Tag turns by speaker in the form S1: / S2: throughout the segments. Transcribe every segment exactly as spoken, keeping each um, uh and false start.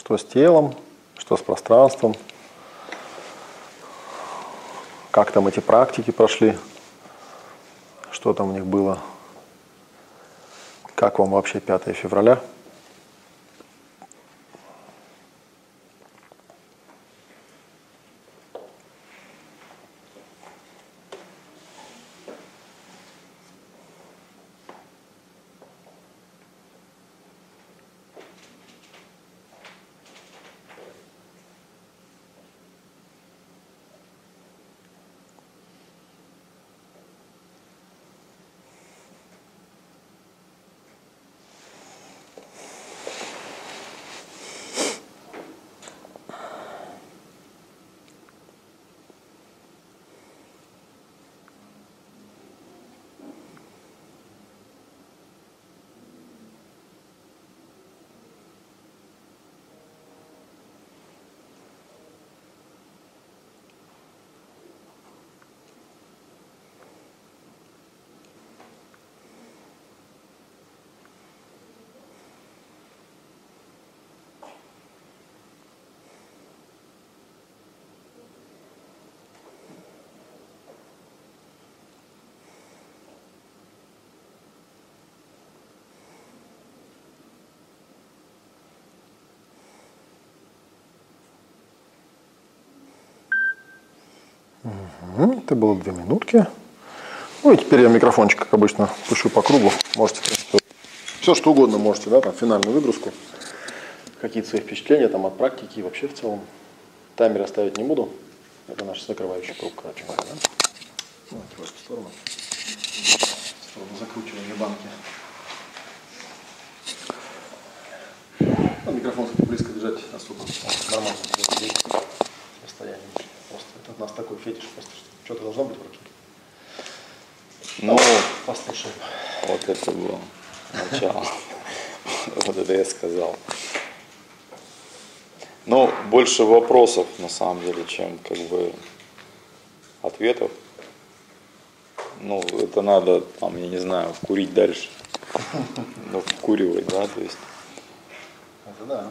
S1: Что с телом, что с пространством. Как там эти практики прошли. Что там у них было. Как вам вообще пятое февраля? Угу, это было две минутки. Ну и теперь я микрофончик, как обычно, пущу по кругу. Можете все что угодно можете, да, там финальную выгрузку. Какие-то свои впечатления там от практики и вообще в целом. Таймер оставить не буду. Это наш закрывающий круг, короче говоря, да? Ну, просто в сторону. В сторону закручивания банки. Ну, микрофон, кстати, близко держать особо нормально. Состояние. Просто это у нас такой фетиш, просто что-то должно быть в руке.
S2: Ну,
S1: послушаем.
S2: Вот это было начало. Вот это я сказал. Но больше вопросов, на самом деле, чем как бы ответов. Ну, это надо, там, я не знаю, курить дальше. Ну, вкуривать, да, то есть.
S1: Это да.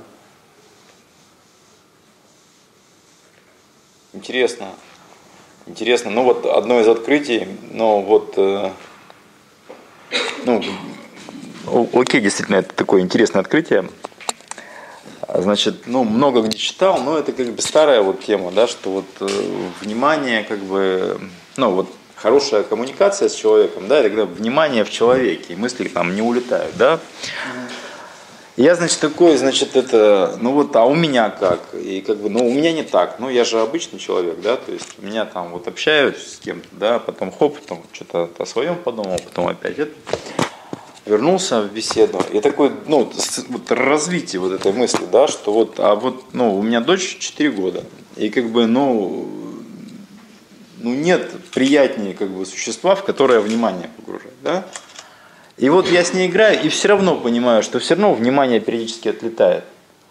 S2: Интересно. Интересно. Ну, вот одно из открытий, ну, вот, э, ну, окей, действительно, это такое интересное открытие. Значит, ну, много где читал, но это как бы старая вот тема, да, что вот э, внимание, как бы, ну, вот хорошая коммуникация с человеком, да, это когда внимание в человеке, и мысли там не улетают, да. Я, значит, такой, значит, это, ну вот, а у меня как? И как бы, ну, у меня не так, ну, я же обычный человек, да, то есть у меня там вот общаюсь с кем-то, да, потом хоп, потом что-то о своем подумал, потом опять это, вернулся в беседу, и такой, ну, вот развитие вот этой мысли, да, что вот, а вот, ну, у меня дочь четыре года, и как бы, ну, ну, нет приятнее, как бы, существа, в которое внимание погружать, да. И вот я с ней играю, и все равно понимаю, что все равно внимание периодически отлетает.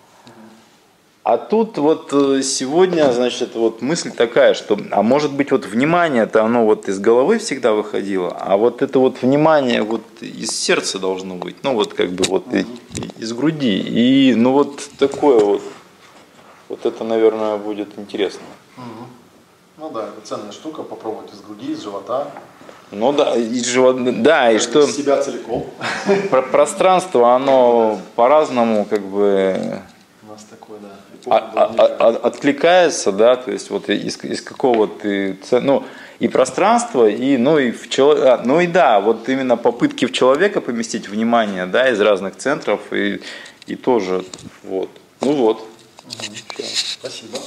S2: А тут вот сегодня, значит, вот мысль такая, что, а может быть, вот внимание-то оно вот из головы всегда выходило, а вот это вот внимание вот из сердца должно быть, ну вот как бы вот и, и, из груди. И ну вот такое вот, вот это, наверное, будет интересно.
S1: Угу. Ну да, это ценная штука, попробовать из груди, из живота.
S2: Ну да, и живот, да, и что
S1: себя целиком.
S2: Про пространство, оно по-разному как бы
S1: у нас такое, да,
S2: а, а, а, откликается, да, то есть вот из, из какого ты, ну и пространство, и ну и в человек, ну и да, вот именно попытки в человека поместить внимание, да, из разных центров и и тоже вот, ну вот.
S1: Угу. Спасибо.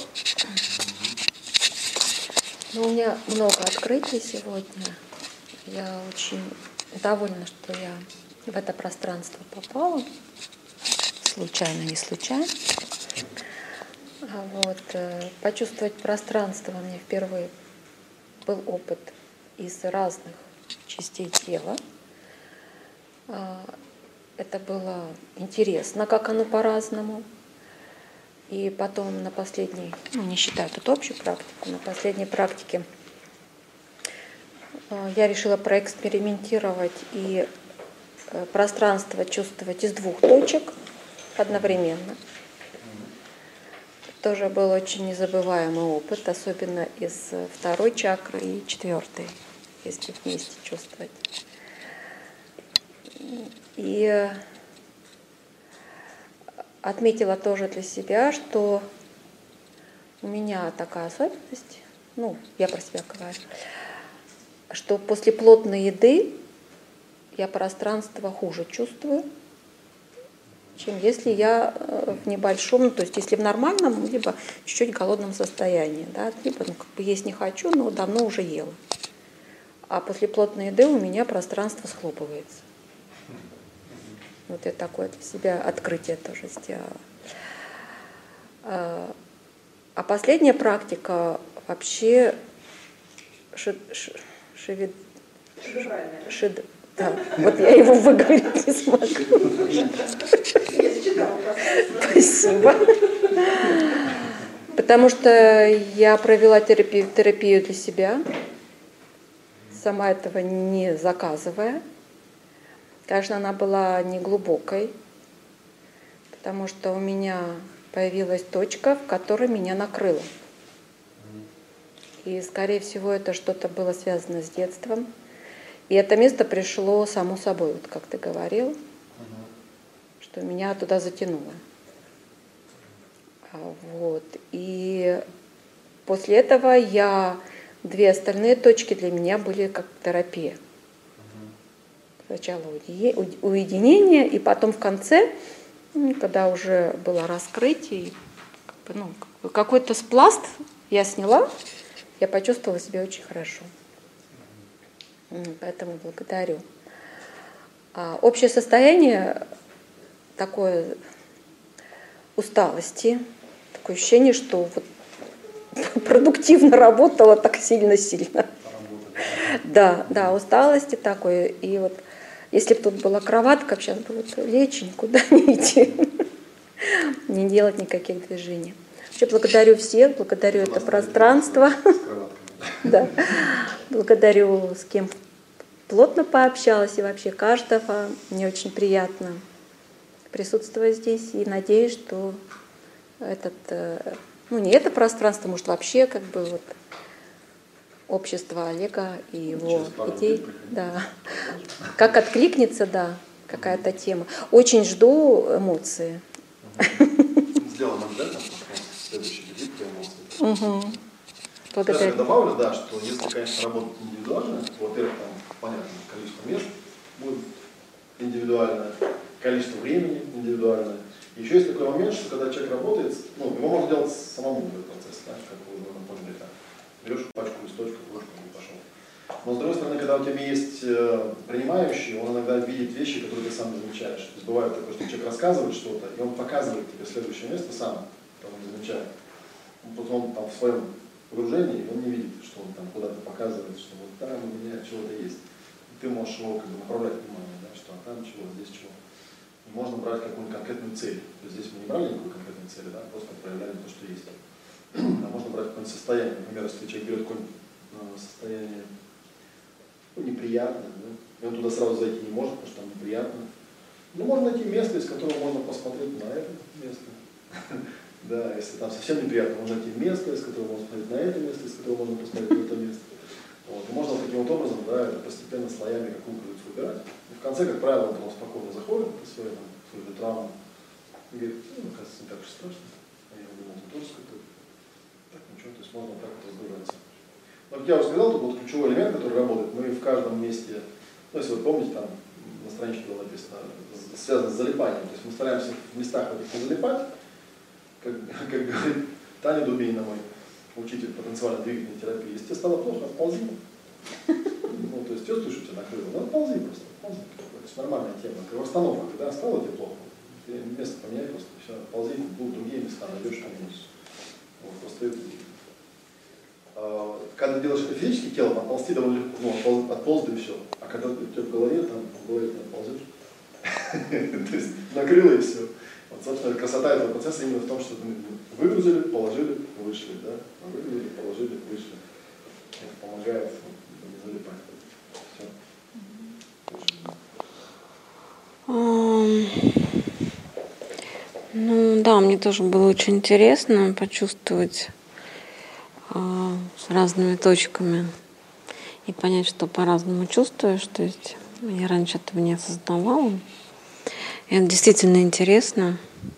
S3: Ну, у меня много открытий сегодня. Я очень довольна, что я в это пространство попала. Случайно, не случайно. А вот, почувствовать пространство мне впервые был опыт из разных частей тела. Это было интересно, как оно по-разному. И потом на последней, ну не считая тут общую практику, на последней практике я решила проэкспериментировать и пространство чувствовать из двух точек одновременно. тоже был очень незабываемый опыт, особенно из второй чакры и четвертой, если вместе чувствовать. И отметила тоже для себя, что у меня такая особенность, ну, я про себя говорю, что после плотной еды я пространство хуже чувствую, чем если я в небольшом, ну, то есть если в нормальном, либо чуть-чуть голодном состоянии, да, либо ну, как бы есть не хочу, но давно уже ела. А после плотной еды у меня пространство схлопывается. Вот я такое для себя открытие тоже сделала. А последняя практика вообще ши, ши, ши, ши, да, вот я его выговорить не смогу. Спасибо. Потому что я провела терапию, терапию для себя, сама этого не заказывая. Конечно, она была не глубокой, потому что у меня появилась точка, в которой меня накрыло. И, скорее всего, это что-то было связано с детством. И это место пришло само собой, вот как ты говорил, угу. что меня туда затянуло. Вот. И после этого я две остальные точки для меня были как терапия. Сначала уединение, и потом в конце, когда уже было раскрытие, ну, какой-то спласт я сняла, я почувствовала себя очень хорошо. Поэтому благодарю. А общее состояние такое усталости, такое ощущение, что вот продуктивно работала так сильно-сильно. Да, да, усталости такой. И вот если бы тут была кроватка, сейчас бы вот лечь, никуда не идти, не делать никаких движений. Вообще благодарю всех, благодарю это пространство. Да. Благодарю, с кем плотно пообщалась, и вообще каждого. Мне очень приятно присутствовать здесь. И надеюсь, что этот, ну не это пространство, может вообще как бы вот общество Олега и его идей, да, как откликнется, да, какая-то тема. Очень жду эмоции.
S1: Сделаем обязательно следующий визит по эмоциям.
S3: Угу. Благодарю.
S1: Я добавлю, да, что если, конечно, работать индивидуально, то, во-первых, там, понятно, количество мест будет индивидуальное, количество времени индивидуальное. Еще есть такой момент, что когда человек работает, ну, его можно делать самому этот процесс, да, как вы уже поняли, да. Берешь пачку листочков, ложку и пошел. Но с другой стороны, когда у тебя есть принимающий, он иногда видит вещи, которые ты сам не замечаешь. То есть бывает такое, что человек рассказывает что-то, и он показывает тебе следующее место сам, там он замечает. Потом он там в своем погружении, он не видит, что он там куда-то показывает, что вот там у меня чего-то есть. И ты можешь его как бы направлять внимание, да, что а там чего, здесь чего. И можно брать какую-нибудь конкретную цель. То есть здесь мы не брали никакой конкретной цели, да, просто проявляли то, что есть. А можно брать какое-нибудь состояние. Например, если человек берет какое-нибудь состояние ну, неприятное, да, и он туда сразу зайти не может, потому что там неприятно. Ну, можно найти место, из которого можно посмотреть на это место. Да, если там совсем неприятно, можно найти место, из которого можно посмотреть на это место, из которого можно посмотреть на это место. Вот. И можно таким вот образом, да, это постепенно слоями как луковицу убирать. И в конце, как правило, он спокойно заходит на свою, там, свою травму и говорит, ну, оказывается, не так уж страшно. А я думал, это тоже какой-то так ничего, то есть можно так вот разгружаться. Но, как я уже сказал, тут вот ключевой элемент, который работает, мы в каждом месте, ну, если вы помните, там на страничке было написано, связано с залипанием, то есть мы стараемся в местах вот этих не залипать, как, как говорит Таня Дубейна, мой учитель потенциально-двигательной терапии, если тебе стало плохо, отползи. Ну, то есть чувствуешь, что тебя накрыло, ну, отползи просто, отползи. То есть нормальная тема. Кровоостановка, когда стало тебе плохо, ты место поменяй просто, все, отползи, будут другие места, найдешь там-нибудь. Вот, просто это. А, когда ты делаешь это физически телом, отползти довольно легко, ну, отполз, отполз, да и все. А когда у тебя в голове, там, в голове ты отползешь, то есть накрыло и все. Вот, собственно, красота этого процесса именно в том, что мы выгрузили, положили, вышли, да? Выгрузили, положили, вышли. Это помогает не залипать. Все.
S3: Um, ну
S4: Да, мне тоже было очень интересно почувствовать э, с разными точками и понять, что по-разному чувствуешь. То есть я раньше этого не осознавала. И это действительно интересно.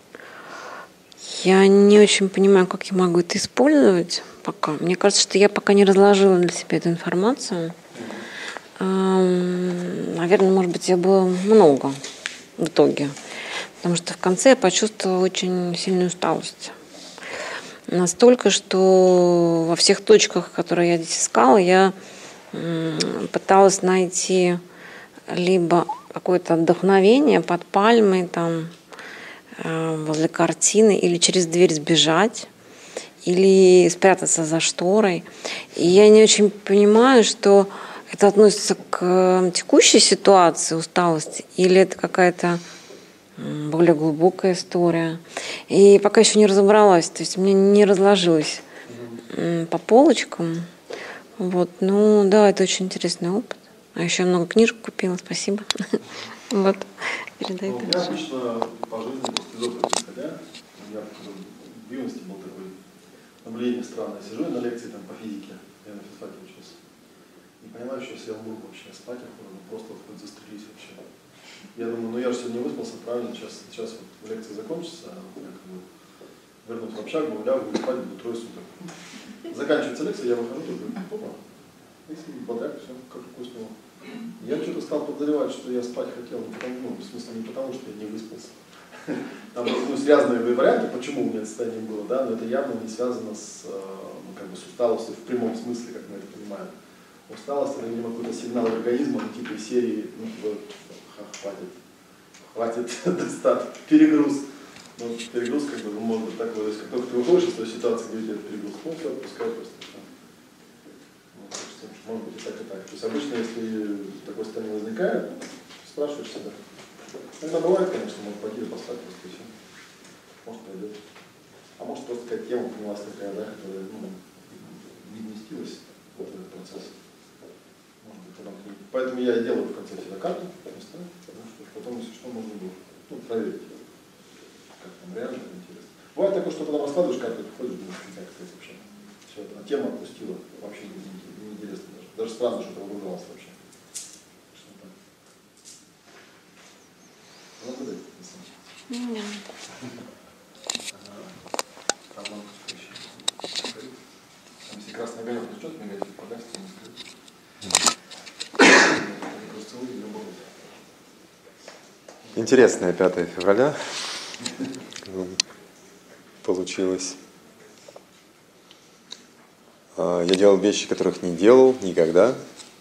S4: Я не очень понимаю, как я могу это использовать пока. Мне кажется, что я пока не разложила для себя эту информацию. Эм, наверное, может быть, я было много в итоге. Потому что в конце я почувствовала очень сильную усталость. Настолько, что во всех точках, которые я здесь искала, я пыталась найти либо какое-то вдохновение под пальмой, там, возле картины, или через дверь сбежать, или спрятаться за шторой. И я не очень понимаю, что это относится к текущей ситуации усталости, или это какая-то более глубокая история. И пока еще не разобралась, то есть мне не разложилось mm-hmm. по полочкам. Вот. Ну да, это очень интересный опыт. А еще много книжек купила, спасибо. Вот. Передаю.
S1: У меня обычно по жизни после опыта исходя, у меня в юности был такой наблюдение странное. Сижу на лекции там, по физике, я на физфаке учился. И понимаю, что если я умру вообще спать, я просто хоть застрелюсь вообще. Я думаю, ну я же сегодня не выспался, правильно, сейчас, сейчас вот лекция закончится, а я как бы вернусь в общагу, лягу и спать буду трое суток. Заканчивается лекция, я выхожу, такой, опа, если бодряк, все, как вкусно. Я что-то стал подозревать, что я спать хотел, не потому, ну, в смысле не потому, что я не выспался. Там ну, связанные варианты, почему у меня это состояние было, да, но это явно не связано с, ну, как бы, с усталостью в прямом смысле, как мы это понимаем. Усталость — это, видимо, какой-то сигнал организма, ну, типа из серии, ну, типа, хватит, хватит, достаточно, перегруз. Ну, перегруз, как бы, ну, может быть, такой, то есть, как только ты выходишь из той ситуации, где у тебя перегруз, ну, все, отпускай просто. Ну, так что, может быть, и так, и так. То есть, обычно, если такое состояние возникает, спрашиваешь себя. Иногда бывает, конечно, может пойти поспать, просто и все. Может, пройдет. А может, просто какая-то тема поднялась такая, да, которая, ну, не вместилась в этот процесс. Поэтому я и делаю в конце всегда карту, потому что потом, если что, можно будет, ну, проверить, как там реально, это интересно. Бывает такое, что потом раскладываешь карту, и ходишь, думаешь, как сказать вообще. Все, а тема отпустила, вообще не, не, не интересно даже. Даже странно, что ты погружался вообще. Что так? Надо дать, на самом деле.
S4: Mm-hmm.
S1: Там, если красный огонек не что-то мигать, погасить, не скажет.
S5: Интересное пятое февраля получилось. Я делал вещи, которых не делал никогда.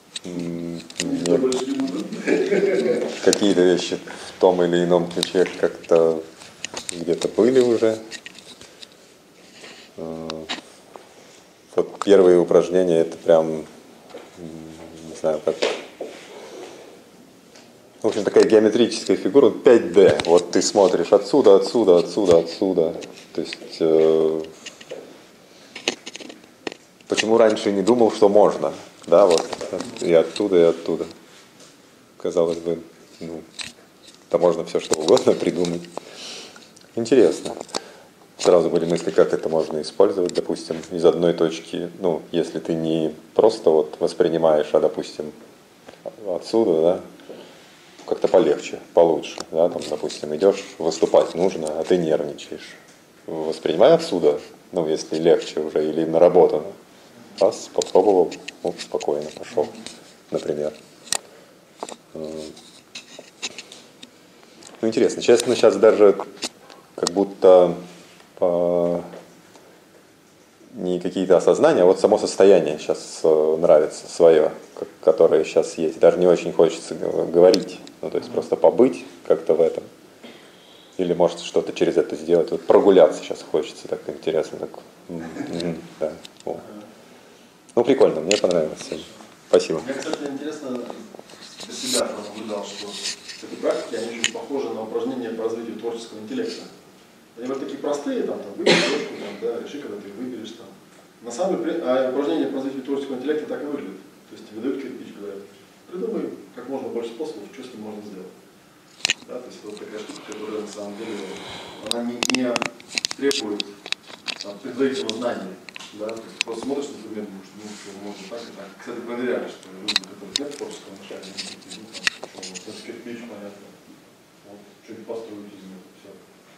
S5: Какие-то вещи в том или ином ключе как-то где-то были уже. Вот первые упражнения — это прям, не знаю, как... В общем, такая геометрическая фигура, пять дэ. Вот ты смотришь отсюда, отсюда, отсюда, отсюда. То есть, э, почему раньше не думал, что можно? Да, вот и оттуда, и оттуда. Казалось бы, ну, да можно все что угодно придумать. Интересно. Сразу были мысли, как это можно использовать, допустим, из одной точки. Ну, если ты не просто вот воспринимаешь, а, допустим, отсюда, да, как-то полегче, получше, да, там, допустим, идешь, выступать нужно, а ты нервничаешь. Воспринимай отсюда, ну, если легче уже или наработано. Раз, попробовал, ну, спокойно пошел, например. Ну, интересно, честно, сейчас даже как будто по... не какие-то осознания, а вот само состояние сейчас нравится свое, которое сейчас есть. Даже не очень хочется говорить, ну, то есть просто побыть как-то в этом. Или может что-то через это сделать. Вот прогуляться сейчас хочется, так интересно. Так. Mm-hmm. Да. О. Ну, прикольно, мне понравилось. Спасибо.
S1: Мне, кстати, интересно, для себя наблюдал, что эти практики, они очень похожи на упражнения по развитию творческого интеллекта. Они вот такие простые, там, там выбери точку, там, да, реши, когда ты выберешь, там. На самом деле, а упражнения по развитию творческого интеллекта так и выглядят. То есть тебе дают кирпич, говорят, придумай как можно больше способов, что с ним можно сделать. Да? То есть это вот такая штука, которая на самом деле она не, не требует там, предварительного знания. Да? То есть просто смотришь на предмет, думаешь, ну, что можно так и так. Кстати, проверяли, что люди, которые нет творческого мышления, ну, это кирпич, понятно. Вот, что-нибудь построить из него, все.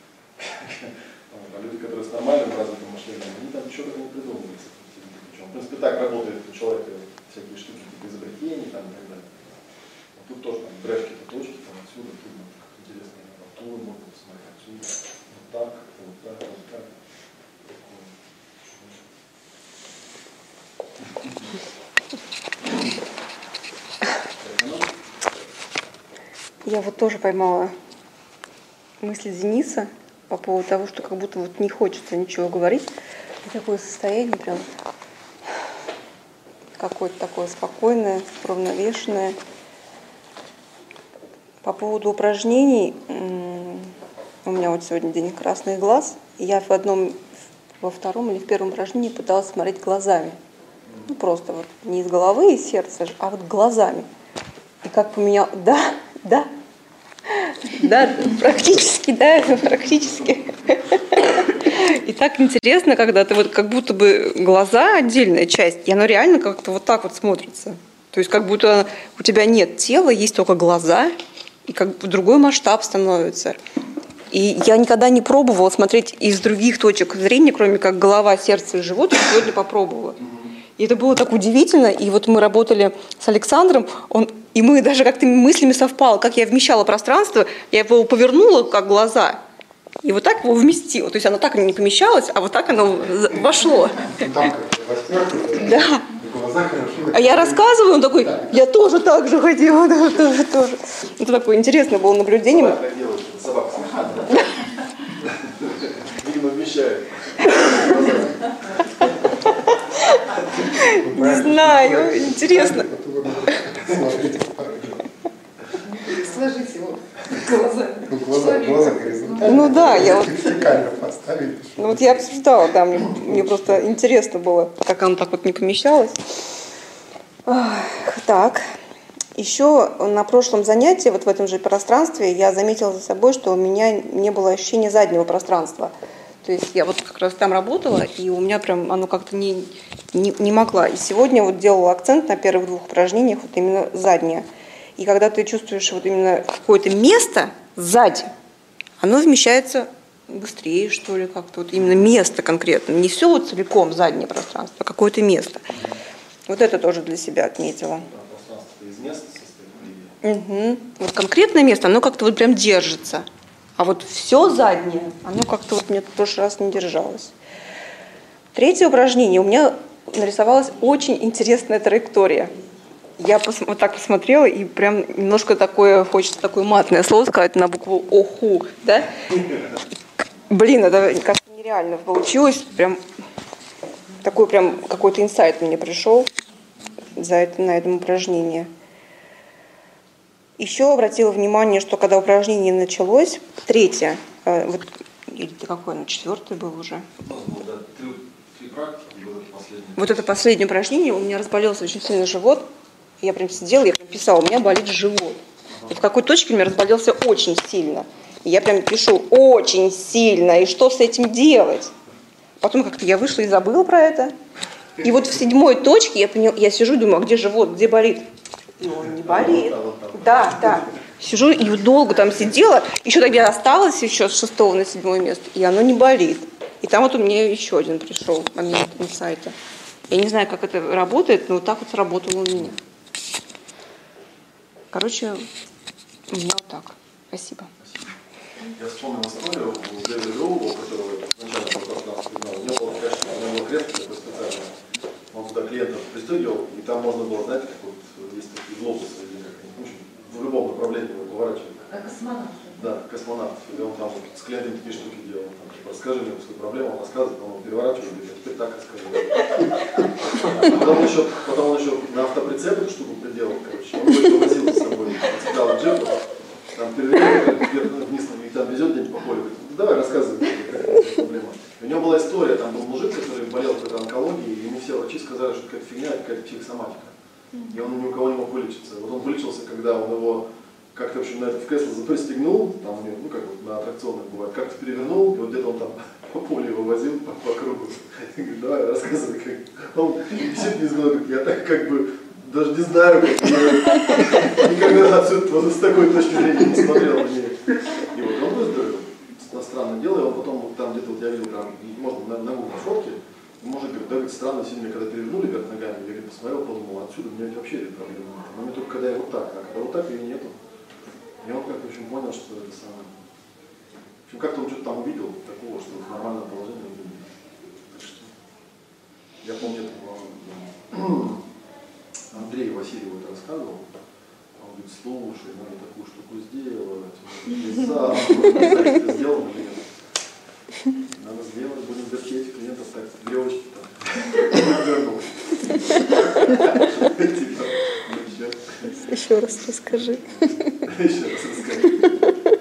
S1: А люди, которые с нормальным развитым мышлением, они там ничего такого не придумывают. В принципе, так работает у человека всякие штуки, типа изобретений там, и так далее. А тут тоже там брешки-то точки, там отсюда, тут ну, интересно, оттуда можно посмотреть, отсюда, вот так, вот так, вот так.
S6: Я вот тоже поймала мысли Дениса по поводу того, что как будто вот не хочется ничего говорить. И такое состояние прям какое-то такое спокойное, равновешенное. По поводу упражнений, у меня вот сегодня день красный глаз, и я в одном, во втором или в первом упражнении пыталась смотреть глазами. Ну просто вот не из головы и сердца, а вот глазами. И как поменял, да, да, да, практически, да, практически. И так интересно, когда ты вот как будто бы глаза отдельная часть, и оно реально как-то вот так вот смотрится. То есть как будто у тебя нет тела, есть только глаза, и как бы другой масштаб становится. И я никогда не пробовала смотреть из других точек зрения, кроме как голова, сердце и живот, и сегодня попробовала. И это было так удивительно. И вот мы работали с Александром, он, и мы даже как-то мыслями совпало, как я вмещала пространство, я его повернула как глаза, и вот так его вместила. То есть оно так не помещалось, а вот так оно вошло. Да. А я рассказываю, он такой, я тоже так же ходила, да, тоже, тоже. Это такое интересное было наблюдение.
S1: Собака видимо, вмещает.
S6: Не знаю, интересно.
S3: Сложите его глазами.
S7: Глаза, глаза горизонтально.
S6: Ну да, я вот,
S7: Вертикально поставить.
S6: ну вот я обсуждала, да, мне, мне просто интересно было, как оно так вот не помещалось. Ах, так, еще на прошлом занятии, вот в этом же пространстве, я заметила за собой, что у меня не было ощущения заднего пространства. То есть я вот как раз там работала, и у меня прям оно как-то не, не, не могла. И сегодня вот делала акцент на первых двух упражнениях, вот именно заднее. И когда ты чувствуешь вот именно какое-то место сзади, оно вмещается быстрее, что ли, как-то. Вот именно место конкретно. Не все вот целиком заднее пространство, а какое-то место. Вот это тоже для себя отметила.
S1: Пространство из места состоит.
S6: Угу. Вот конкретное место, оно как-то вот прям держится. А вот все заднее, оно как-то вот мне в прошлый раз не держалось. Третье упражнение. У меня нарисовалась очень интересная траектория. Я пос- вот так посмотрела, и прям немножко такое, хочется такое матное слово сказать на букву ОХУ, да? Блин, это как-то нереально получилось. Прям такой прям какой-то инсайт мне пришел за это, на этом упражнении. Еще обратила внимание, что когда упражнение началось, третье, э, вот, или какое оно, четвертое было уже.
S1: Три, три практики, и вот это последнее.
S6: Вот это последнее упражнение, у меня разболелся очень сильно живот. Я прям сидела, я прям писала, у меня болит живот. И в какой точке у меня разболелся очень сильно. И я прям пишу, очень сильно, и что с этим делать? Потом как-то я вышла и забыла про это. И вот в седьмой точке я, поняла, я сижу и думаю, а где живот, где болит? И он не болит. Да, да. Сижу и долго там сидела. Еще тогда осталось еще с шестого на седьмое место. И оно не болит. И там вот у меня еще один пришел момент инсайта. Я не знаю, как это работает, но вот так вот сработало у меня. Короче, у меня вот так. Спасибо.
S1: Я вспомнил историю у Дэвида Роула, которого сначала пространство знал. У него было, конечно, у него было кресло такое специальное. Он туда клиентов пристегивал, и там можно было, знаете, как вот есть такие глобусы, в любом направлении его поворачивать.
S3: Как космонавт.
S1: Да, космонавт. И он там вот с клиентами такие штуки делал. Там, типа, расскажи мне свою проблему, он рассказывает, он его переворачивает, говорит, а теперь так расскажи. Потом он еще, потом он еще на автоприцеп эту штуку приделал, короче. Он еще возил с собой, цеплял джепу, там перевернул вверх-вниз, и там везет где-нибудь по полю. Говорит, ну давай рассказывай, какая проблема. У него была история, там был мужик, который болел какой-то онкологией, и ему все врачи сказали, что какая-то фигня, какая-то психосоматика. И он ни у кого не мог вылечиться. Вот он вылечился, когда он его как-то, в общем, на это в кресло пристегнул, там у него, ну, как вот на аттракционах бывает, как-то перевернул, и вот где-то он там по полю его возил по, по кругу. Я говорю, давай, рассказывай, как. Он действительно сказал, говорит, я так как бы даже не знаю, как я никогда отсюда с такой точки зрения не смотрел на нее. И вот он выздоровел. Странное дело, и он потом вот там где-то вот я видел, прям, можно на ногу на фотке, может, говорит, да, говорит, странно сильно, когда перевернули вверх ногами, я говорит, посмотрел, подумал, отсюда у меня ведь вообще этой проблемы нет. Но мне только когда я вот так, а когда вот так ее нету. И он как-то, в общем, понял, что это самое. В общем, как-то он что-то там увидел такого, что вот нормальное положение он видел. Так что я помню, это было, Андрей Васильев это рассказывал. Он говорит, слушай, надо такую штуку сделать, лизал, это сделано или нет? Надо сделать, будем вертеть клиентов так, веревочки там.
S6: Еще раз расскажи.
S1: Еще раз расскажи.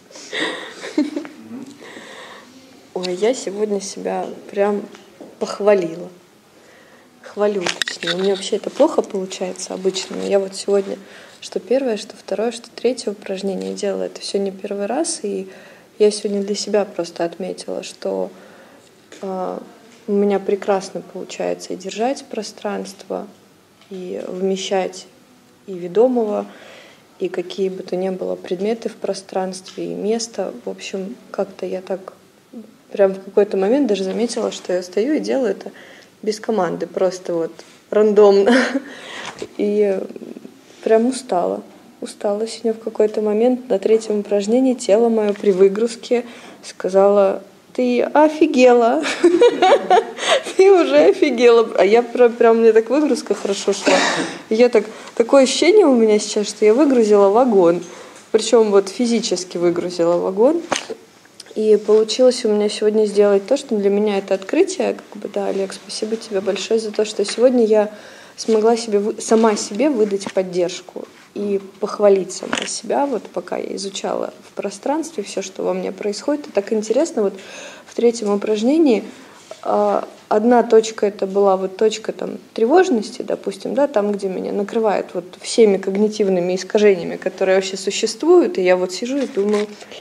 S6: Ой, я сегодня себя прям похвалила. Хвалю, точнее. У меня вообще это плохо получается обычно, но я вот сегодня что первое, что второе, что третье упражнение делала. Это все не первый раз, и я сегодня для себя просто отметила, что э, у меня прекрасно получается и держать пространство, и вмещать и ведомого, и какие бы то ни было предметы в пространстве, и место. В общем, как-то я так прям в какой-то момент даже заметила, что я стою и делаю это без команды, просто вот рандомно. И прям устала. Устала сегодня в какой-то момент на третьем упражнении тело мое при выгрузке сказала: ты офигела, ты уже офигела. А я прям, прям мне так выгрузка хорошо шла. И я так, такое ощущение у меня сейчас, что я выгрузила вагон. Причем вот физически выгрузила вагон. И получилось у меня сегодня сделать то, что для меня это открытие. Как бы, да, Олег, спасибо тебе большое за то, что сегодня я смогла себе, сама себе выдать поддержку и похвалить сама себя, вот пока я изучала в пространстве все, что во мне происходит. И так интересно, вот в третьем упражнении одна точка это была вот точка там тревожности, допустим, да, там, где меня накрывает вот всеми когнитивными искажениями, которые вообще существуют, и я вот сижу и думаю,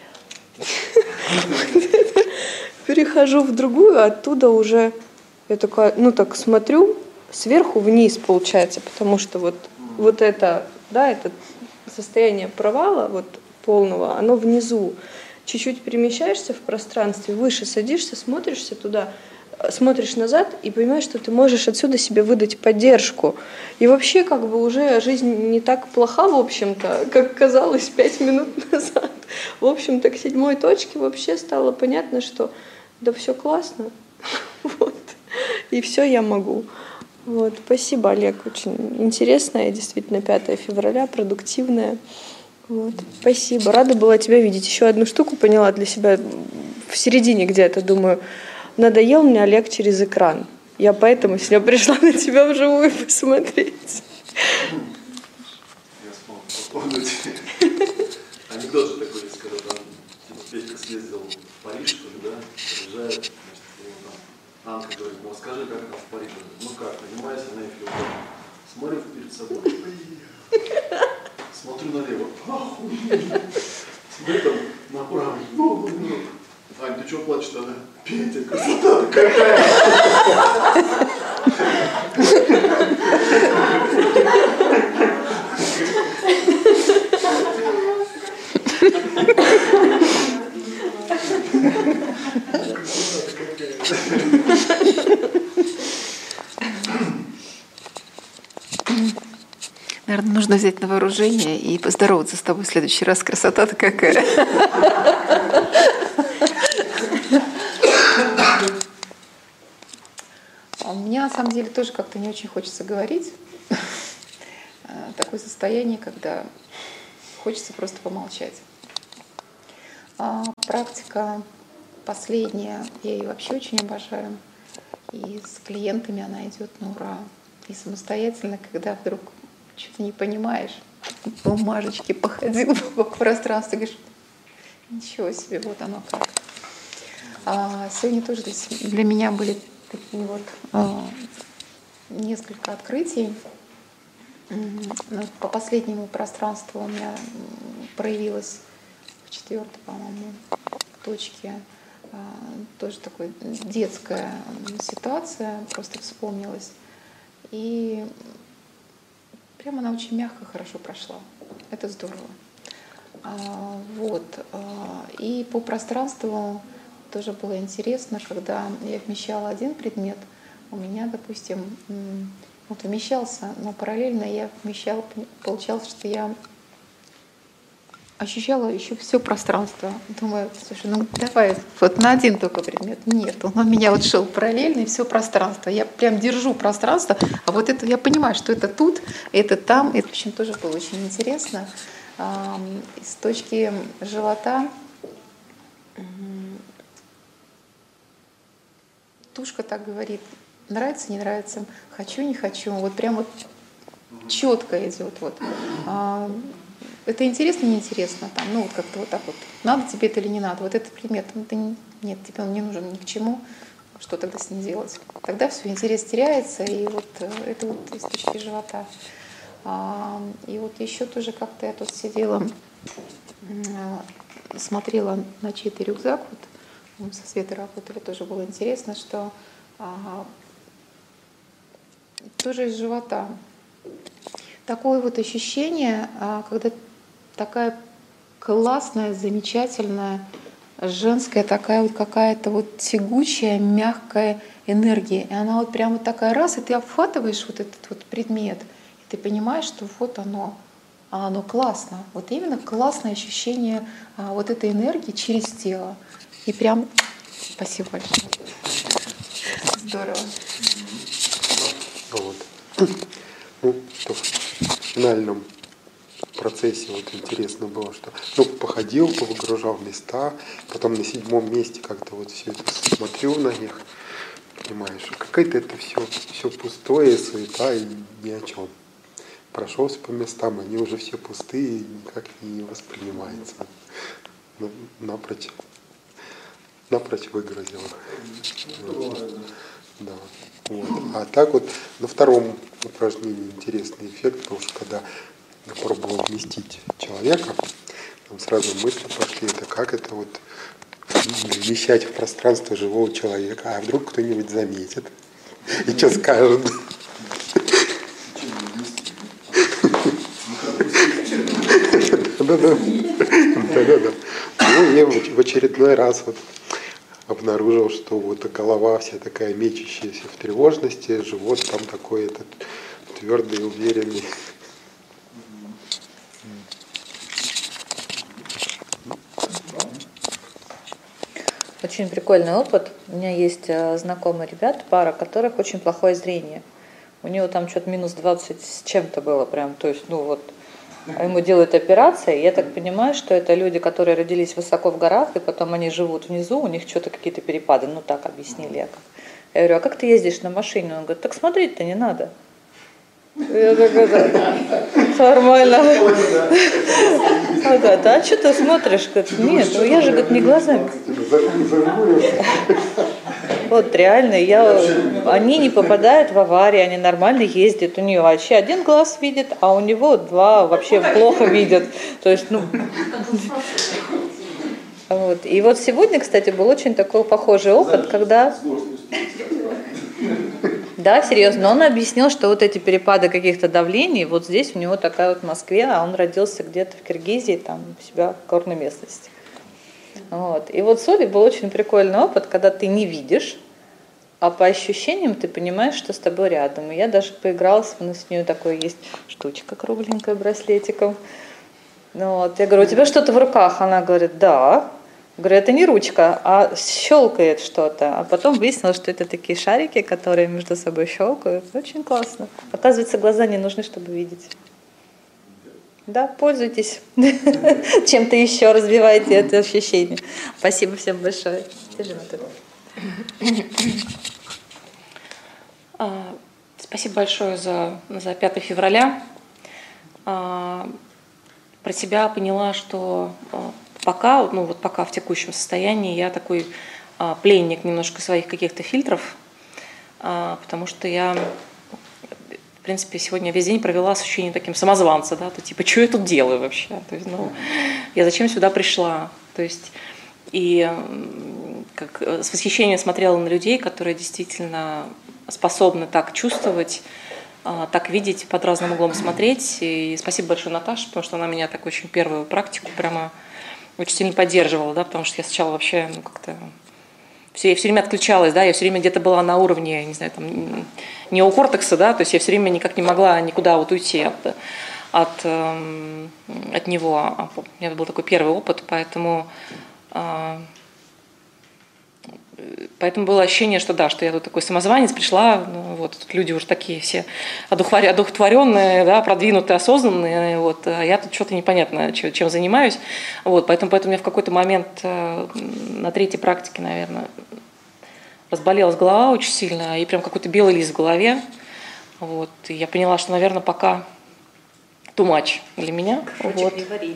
S6: перехожу в другую, оттуда уже я такая, ну так смотрю, сверху вниз получается, потому что вот, вот это, да, это состояние провала вот полного, оно внизу. Чуть-чуть перемещаешься в пространстве, выше садишься, смотришься туда, смотришь назад и понимаешь, что ты можешь отсюда себе выдать поддержку. И вообще как бы уже жизнь не так плоха, в общем-то, как казалось пять минут назад. В общем-то, к седьмой точке вообще стало понятно, что да все классно, вот, и все я могу. Вот, спасибо, Олег, очень интересная, действительно, пятое февраля, продуктивная. Вот, спасибо, рада была тебя видеть. Еще одну штуку поняла для себя в середине где-то, думаю, надоел мне Олег через экран. Я поэтому сегодня пришла на тебя вживую посмотреть.
S1: Я вспомнил, анекдот же такой есть, когда там типа, Петька съездил в Париж, что ли, да, приезжает, значит, там, Анка говорит, ну скажи, как там в Париже? Ну как, поднимайся на Эйфелеву гору. Смотрю перед собой, смотрю налево, охуенно. Смотрю там направо, ну, ну. Ань, ты чего плачешь-то? Она, Петя, красота какая!
S8: Наверное, нужно взять на вооружение и поздороваться с тобой в следующий раз. Красота-то какая.
S9: У меня на самом деле тоже как-то не очень хочется говорить. Такое состояние, когда хочется просто помолчать. Практика последняя, я ее вообще очень обожаю. И с клиентами она идет на ура. И самостоятельно, когда вдруг что-то не понимаешь, бумажечки походил по пространству, говоришь, ничего себе, вот оно как. А сегодня тоже для меня были такие вот а, несколько открытий. По последнему пространству у меня проявилась в четвертой, по-моему, точке. Тоже такая детская ситуация, просто вспомнилась. И прямо она очень мягко, хорошо прошла. Это здорово. Вот. И по пространству тоже было интересно, когда я вмещала один предмет, у меня, допустим, вот вмещался, но параллельно я вмещала, получалось, что я ощущала еще все пространство. Думаю, слушай, ну давай вот на один только предмет. Нет, он у меня вот шел параллельно, и все пространство. Я прям держу пространство, а вот это я понимаю, что это тут, это там. Это, в общем, тоже было очень интересно. С точки живота тушка так говорит: нравится, не нравится, хочу, не хочу. Вот прям вот четко идет. Вот. Это интересно, неинтересно, там, ну вот как-то вот так вот, надо тебе это или не надо, вот этот предмет, ну, ты не, нет, тебе он не нужен ни к чему, что тогда с ним делать? Тогда все, интерес теряется, и вот это вот из точки живота. А, и вот еще тоже как-то я тут сидела, смотрела на чей-то рюкзак, вот мы со Светой работали, тоже было интересно, что а, тоже из живота. Такое вот ощущение, когда такая классная, замечательная, женская такая вот какая-то вот тягучая, мягкая энергия. И она вот прямо вот такая раз, и ты обхватываешь вот этот вот предмет, и ты понимаешь, что вот оно, а оно классно. Вот именно классное ощущение вот этой энергии через тело. И прям спасибо большое. Здорово.
S7: Вот. Ну, что в финальном процессе вот интересно было, что ну, походил, повыгружал места, потом на седьмом месте как-то вот все это смотрю на них, понимаешь, какая-то это все, все пустое, суета и ни о чем. Прошелся по местам, они уже все пустые и никак не воспринимаются. Ну, напрочь, напрочь выгрузил. Вот. Да. Вот. А так вот на втором упражнении интересный эффект, потому что когда я пробовал вместить человека, там сразу мысли пошли, это как это вот вмещать в пространство живого человека, а вдруг кто-нибудь заметит и что скажет. Да-да-да. Ну и в очередной раз вот обнаружил, что вот голова вся такая мечущаяся в тревожности, живот там такой этот твердый, уверенный.
S3: Очень прикольный опыт. У меня есть знакомые ребята, пара, у которых очень плохое зрение. У него там что-то минус двадцать с чем-то было прям. То есть, ну вот, ему делают операции. Я так понимаю, что это люди, которые родились высоко в горах, и потом они живут внизу, у них что-то какие-то перепады. Ну так объяснили Яков. Я говорю, а как ты ездишь на машине? Он говорит, так смотреть-то не надо. Я такая, да, нормально. А, да, а что ты смотришь? Говорит, нет, ну я же, говорит, не глазами. Вот реально, я, они не попадают в аварии, они нормально ездят. У нее вообще один глаз видит, а у него два вообще плохо видят. То есть, ну... Вот. И вот сегодня, кстати, был очень такой похожий опыт, когда... Да, серьезно, он объяснил, что вот эти перепады каких-то давлений, вот здесь у него такая вот в Москве, а он родился где-то в Киргизии, там, у себя в горной местности. Вот. И вот с Олей был очень прикольный опыт, когда ты не видишь, а по ощущениям ты понимаешь, что с тобой рядом. И я даже поигралась, у нас с нее такой есть штучка кругленькая, браслетиком. Ну, вот. Я говорю, у тебя что-то в руках? Она говорит, да. Говорю, это не ручка, а щелкает что-то. А потом выяснилось, что это такие шарики, которые между собой щелкают. Очень классно. Оказывается, глаза не нужны, чтобы видеть. Да, пользуйтесь. Чем-то еще развивайте это ощущение. Спасибо всем большое.
S10: Спасибо большое за, за пятое февраля. Про себя поняла, что пока, ну вот пока в текущем состоянии я такой а, пленник немножко своих каких-то фильтров, а, потому что я принципе, сегодня весь день провела с ощущением таким самозванца, да, то типа, что я тут делаю вообще? То есть, ну, я зачем сюда пришла? То есть, и как с восхищением смотрела на людей, которые действительно способны так чувствовать, так видеть, под разным углом смотреть. И спасибо большое Наташе, потому что она меня так очень первую практику прямо очень сильно поддерживала, да, потому что я сначала вообще ну, как-то все, я все время отключалась, да, я все время где-то была на уровне, не знаю, там, неокортекса, да, то есть я все время никак не могла никуда вот уйти от, от, э, от него. У меня был такой первый опыт, поэтому, э, поэтому было ощущение, что да, что я тут такой самозванец, пришла, ну, вот, тут люди уже такие все одухотворенные, да, продвинутые, осознанные, вот, а я тут что-то непонятно, чем занимаюсь, вот, поэтому, поэтому у меня в какой-то момент э, на третьей практике, наверное, разболелась голова очень сильно, и прям какой-то белый лист в голове. Вот. И я поняла, что, наверное, пока too much для меня. Вот.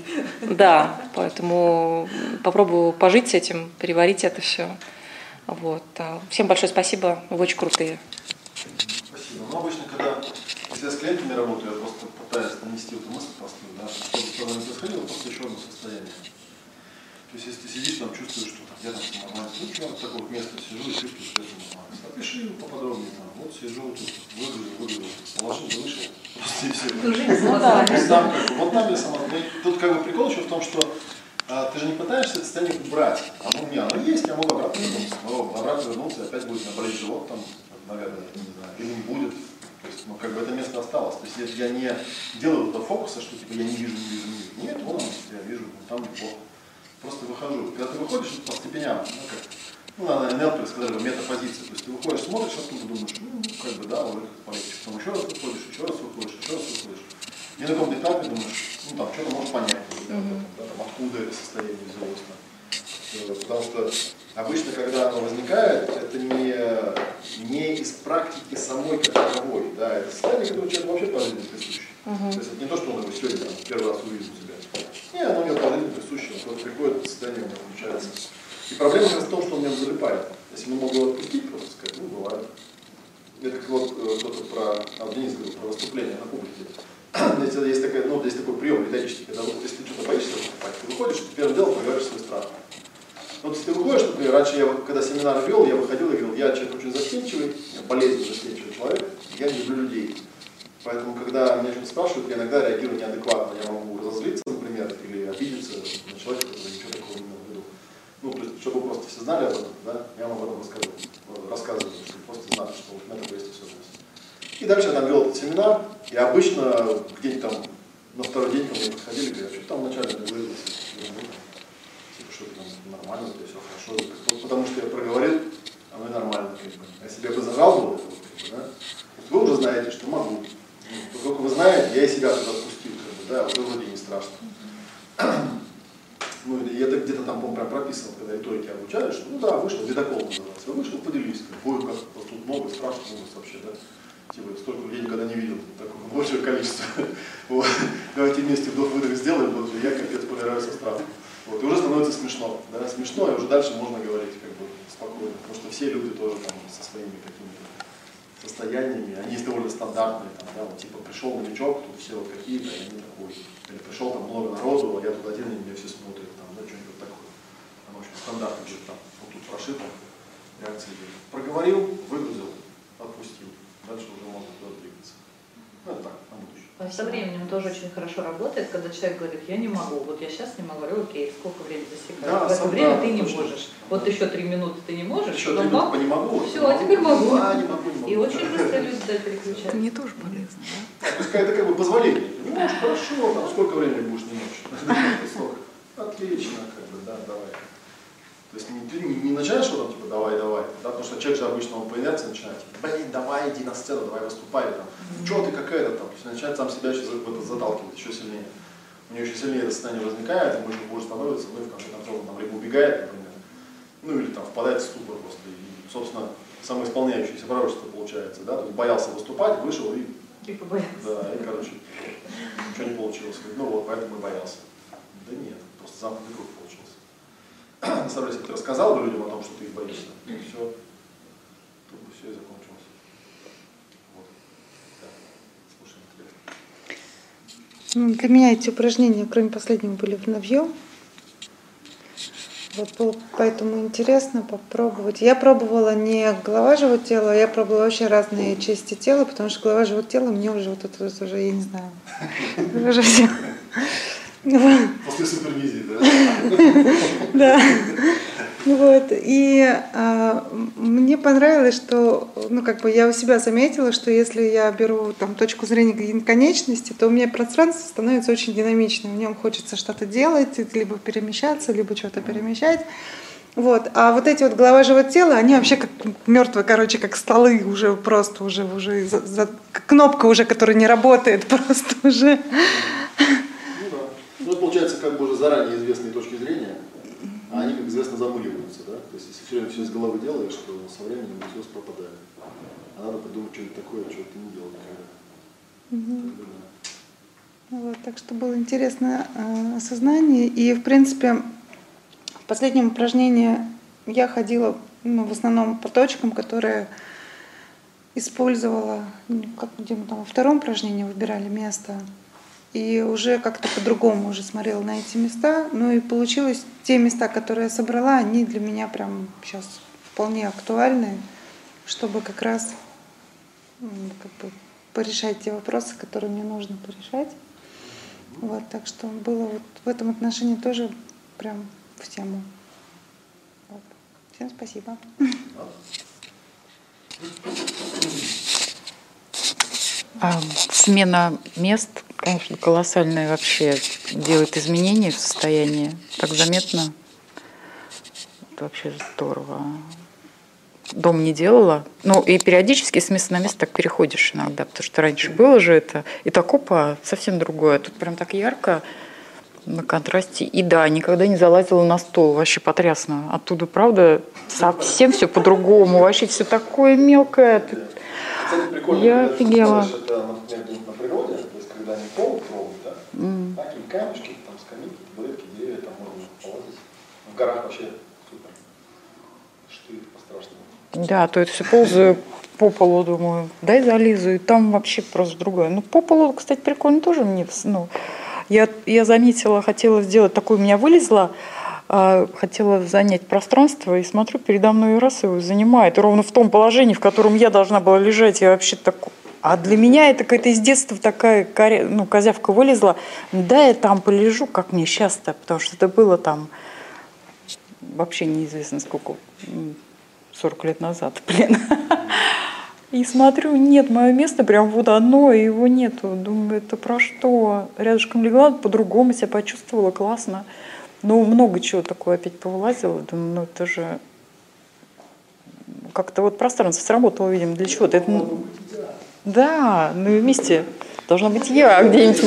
S10: Да, поэтому попробую пожить с этим, переварить это все. Вот. Всем большое спасибо, вы очень крутые.
S1: Спасибо. Ну, обычно, когда если я с клиентами работаю, я просто пытаюсь нанести эту мысль простую, да, чтобы что-то не происходило, просто еще одно состояние. То есть, если ты сидишь, там чувствуешь, что там, я там самозванец, ну, что я в такое место сижу и чувствую, что я самозванец. Опиши его поподробнее, там, вот сижу, тут выгрузил, выгрузил, положил, вышел, просто и все. Ну да, там, как бы, вот там я самозванец. Тут как бы прикол еще в том, что а, ты же не пытаешься это состояние убрать. А ну, у меня оно есть, я могу обратно вернуться. Но обратно вернуться, опять будет наболеть живот, там, наверное, не знаю, или не будет. То есть, ну, как бы это место осталось. То есть, если я не делаю этого фокуса, что типа я не вижу, не вижу, не вижу. Нет, вон я вижу, там неплохо. Просто выхожу. Когда ты выходишь по степеням, ну как, ну, на эн эл пи сказали, метапозиция. То есть ты выходишь, смотришь, оттуда думаешь, ну, как бы, да, уже как-то полегче. Потом еще раз выходишь, еще раз выходишь, еще раз выходишь. И на каком-то этапе думаешь, ну, там, что-то можешь понять, mm-hmm. да, там, откуда это состояние взялось. Там. Потому что обычно, когда оно возникает, это не, не из практики самой как таковой, да, это состояние, которое человек вообще по жизни присуще. Mm-hmm. То есть это не то, что он его сегодня там, первый раз увидел у себя. Не, оно мне по жизни присуще, он просто приходит, это состояние у него включается. И проблема как раз в том, что он в нем залипает. Если мы можем его отпустить, просто сказать, ну, бывает. Это как вот кто-то про, а, Денис говорил про выступление на публике. Здесь есть, такая, ну, здесь такой прием риторический, когда вот, если ты что-то боишься выступать, ты выходишь, ты первым делом проговоришь свой страх. Вот если ты выходишь, например, раньше я, когда семинары вел, я выходил и говорил, я человек очень застенчивый, я болезненно застенчивый человек, я не люблю людей. Поэтому, когда меня что-то спрашивают, я иногда реагирую неадекватно. Я могу разозлиться, например, или обидеться на человека, который ничего такого не имел в виду. Ну, то есть, чтобы просто все знали об этом, да, я вам об этом рассказываю, рассказываю, чтобы просто знали, что вот у меня такое есть особенность. И дальше я там вел этот семинар, и обычно где-нибудь там на второй день ко мне подходили и говорят, что там вначале не выразился, типа, что это там нормально, у тебя все хорошо, потому что я проговорил, оно и нормально, как бы. А если я бы зажал было, как бы, да, вы уже знаете, что могу. Поскольку вы знаете, я и себя туда отпустил, как бы, да, уже вроде не страшно. Ну, и это где-то там, по-моему, прям прописано, когда риторики обучают, что, ну да, вышел, ледокол называется, вышел, поделись, как, ой, как вот тут много, страшно ужас вообще, да. Типа, столько людей никогда не видел, такое большее количество. Вот. Давайте вместе вдох-выдох сделаем, вот я капец полираю со страхом. Вот. И уже становится смешно, да, смешно, и уже дальше можно говорить, как бы, спокойно, потому что все люди тоже там со своими какими-то состояниями, они есть довольно стандартные, там, да, вот, типа пришел новичок, тут все вот какие-то, и они такой, или пришел там много народу, а я тут один, и меня все смотрят, там, да, что-нибудь такое. Оно очень стандартно, где-то там, вот тут прошито, реакции. Проговорил, выгрузил, отпустил, дальше уже можно туда двигаться. Ну, это так, на будущее.
S11: Со временем тоже очень хорошо работает, когда человек говорит, я не могу, вот я сейчас не могу, говорю, окей, сколько времени засекаю, да, в это время да, ты не точно. Можешь, вот еще три минуты ты не можешь,
S1: еще три минуты не могу,
S11: все, а теперь могу.
S1: А, не могу, не могу.
S11: И очень быстро люди да, переключают.
S8: Мне тоже полезно, да?
S1: То есть это как бы позволение, не можешь, хорошо, там, сколько времени будешь не можешь? Отлично, как бы, да, давай. То есть ты не, не начинаешь вот там, типа, давай, давай, да, потому что человек же обычно он по инерции начинает, типа, блин, давай, иди на сцену, давай выступай, там, mm-hmm. что ты какая-то там, то есть начинает сам себя еще в это заталкивать еще сильнее. У него еще сильнее это состояние возникает, ему еще хуже становится, ну и в конце концов он там либо убегает, например, ну или там впадает в ступор просто, и, собственно, самоисполняющееся пророчество получается, да, то есть боялся выступать, вышел и,
S11: и побоялся.
S1: Да, и, короче, ничего не получилось, ну вот, поэтому и боялся. Да нет, просто замкнутый круг получился. На самом деле, если ты рассказал бы людям о том, что ты их боишься, и все, то бы все и закончилось. Вот. Да.
S12: Ну, для меня эти упражнения, кроме последнего, были вновьем. Вот было поэтому интересно попробовать. Я пробовала не голова, живот, тело, а я пробовала вообще разные части тела, потому что голова, живот, тело мне уже вот это вот уже, я не знаю, уже все.
S1: После супервизии, да?
S12: Да. Вот. И а, мне понравилось, что, ну, как бы я у себя заметила, что если я беру там точку зрения конечности, то у меня пространство становится очень динамичным. В нем хочется что-то делать, либо перемещаться, либо что-то перемещать. Вот. А вот эти вот голова, живот, тело, они вообще как мертвые, короче, как столы уже просто уже, уже за, за, кнопка уже, которая не работает, просто уже.
S1: Ну да. Ну, это получается как бы уже заранее известные точки зрения. А они, как известно, замыливаются, да? То есть, если все время все из головы делаешь, то со временем все пропадает. А надо придумать что-нибудь такое, что ты не делал никогда.
S12: Угу. Да. Вот, так что было интересное э, осознание. И, в принципе, в последнем упражнении я ходила, ну, в основном по точкам, которые использовала, ну, как где мы там во втором упражнении выбирали место. И уже как-то по-другому уже смотрела на эти места. Ну и получилось, те места, которые я собрала, они для меня прям сейчас вполне актуальны, чтобы как раз как бы порешать те вопросы, которые мне нужно порешать. Вот, так что было вот в этом отношении тоже прям в тему. Вот. Всем спасибо.
S8: А, смена мест, конечно, колоссальная вообще делает изменения в состоянии. Так заметно. Это вообще здорово. Дом не делала. Ну и периодически с места на место так переходишь иногда, потому что раньше было же это. И так, опа, совсем другое. Тут прям так ярко на контрасте. И да, никогда не залазила на стол. Вообще потрясно. Оттуда, правда, совсем все по-другому. Вообще все такое мелкое.
S1: Кстати, прикольно,
S8: я
S1: когда
S8: офигела.
S1: ты это, например, где-нибудь на природе, то есть когда они пол пробуют, да, mm. такие камешки, там скамейки, табуретки, деревья, там можно полазить. В горах вообще супер. Штырь по-страшному.
S8: Да, то это все ползаю по полу, думаю, дай залезу, и там вообще просто другое. Ну, по полу, кстати, прикольно тоже мне. Ну, я, я заметила, хотела сделать, такое у меня вылезло, хотела занять пространство, и смотрю, передо мной раз его занимает. И ровно в том положении, в котором я должна была лежать, я вообще так... А для меня это какая-то из детства такая, ну, козявка вылезла. Да, я там полежу, как мне сейчас-то, потому что это было там вообще неизвестно сколько, сорок лет назад, блин. И смотрю, нет, мое место прям вот одно, и его нету. Думаю, это про что? Рядышком легла, по-другому себя почувствовала, классно. Ну, много чего такое опять повылазило. Думаю, ну это же как-то вот пространство сработало, видимо, для чего-то. Это... Да, ну и вместе должна быть я где-нибудь.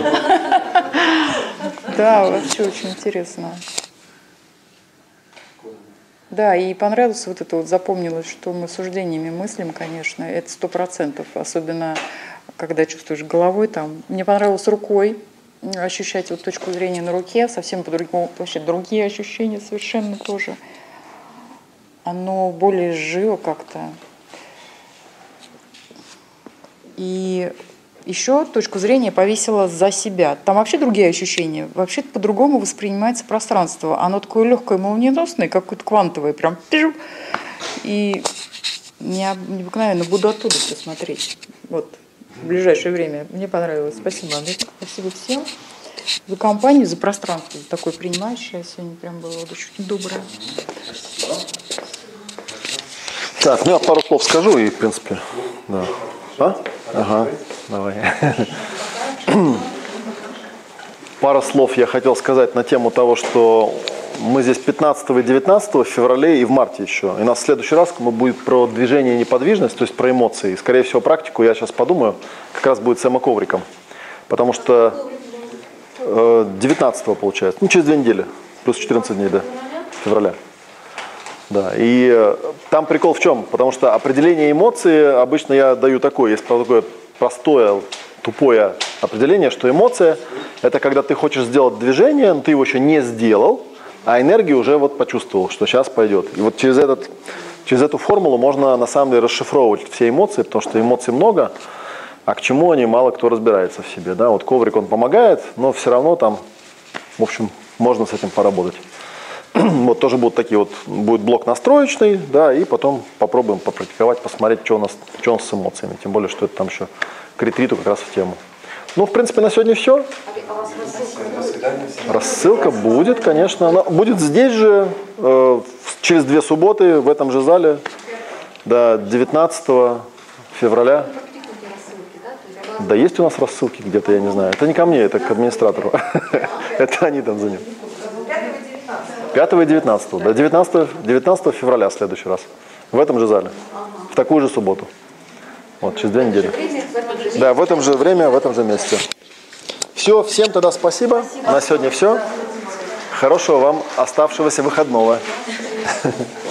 S8: Да, вообще очень интересно. Да, и понравилось вот это вот, запомнилось, что мы суждениями мыслим, конечно, это сто процентов. Особенно, когда чувствуешь головой там. Мне понравилось рукой. Ощущать вот точку зрения на руке, совсем по-другому, вообще другие ощущения совершенно тоже. Оно более живо как-то. И еще точку зрения повесила за себя. Там вообще другие ощущения. Вообще по-другому воспринимается пространство. Оно такое легкое, молниеносное, какое-то квантовое, прям и необыкновенно. Буду оттуда все смотреть. Вот. В ближайшее время. Мне понравилось. Спасибо, Андрей. Спасибо всем за компанию, за пространство, за такое принимающее. Сегодня прям было очень доброе.
S1: Так, ну я пару слов скажу и, в принципе, да. А? Ага, давай. Пару слов я хотел сказать на тему того, что мы здесь пятнадцатого и девятнадцатого февраля и в марте еще. И у нас в следующий раз мы будет про движение и неподвижность, то есть про эмоции. И, скорее всего, практику я сейчас подумаю, как раз будет с эмо-ковриком. Потому что э, девятнадцатого получается, ну через две недели, плюс четырнадцать дней, да, февраля. Да, и э, там прикол в чем? Потому что определение эмоций обычно я даю такое, есть такое простое, тупое определение, что эмоция – это когда ты хочешь сделать движение, но ты его еще не сделал, а энергию уже вот почувствовал, что сейчас пойдет. И вот через, этот, через эту формулу можно на самом деле расшифровывать все эмоции, потому что эмоций много. а к чему они, мало кто разбирается в себе. Да? Вот коврик, он помогает, но все равно там, в общем, можно с этим поработать. Вот тоже будут такие вот, будет блок настроечный, да, и потом попробуем попрактиковать, посмотреть, что у нас, что у нас с эмоциями. Тем более, что это там еще к ретриту как раз в тему. Ну, в принципе, на сегодня все. Рассылка будет, конечно. Она будет здесь же, э, через две субботы, в этом же зале, до девятнадцатого февраля. Да есть у нас рассылки где-то, я не знаю. Это не ко мне, это к администратору. Это они там за ним. пятого и девятнадцатого. До девятнадцатого февраля в следующий раз. В этом же зале. В такую же субботу. Вот, через две недели. Да, в этом же время, в этом же месте. Все, всем тогда спасибо. спасибо. На сегодня все. Хорошего вам оставшегося выходного.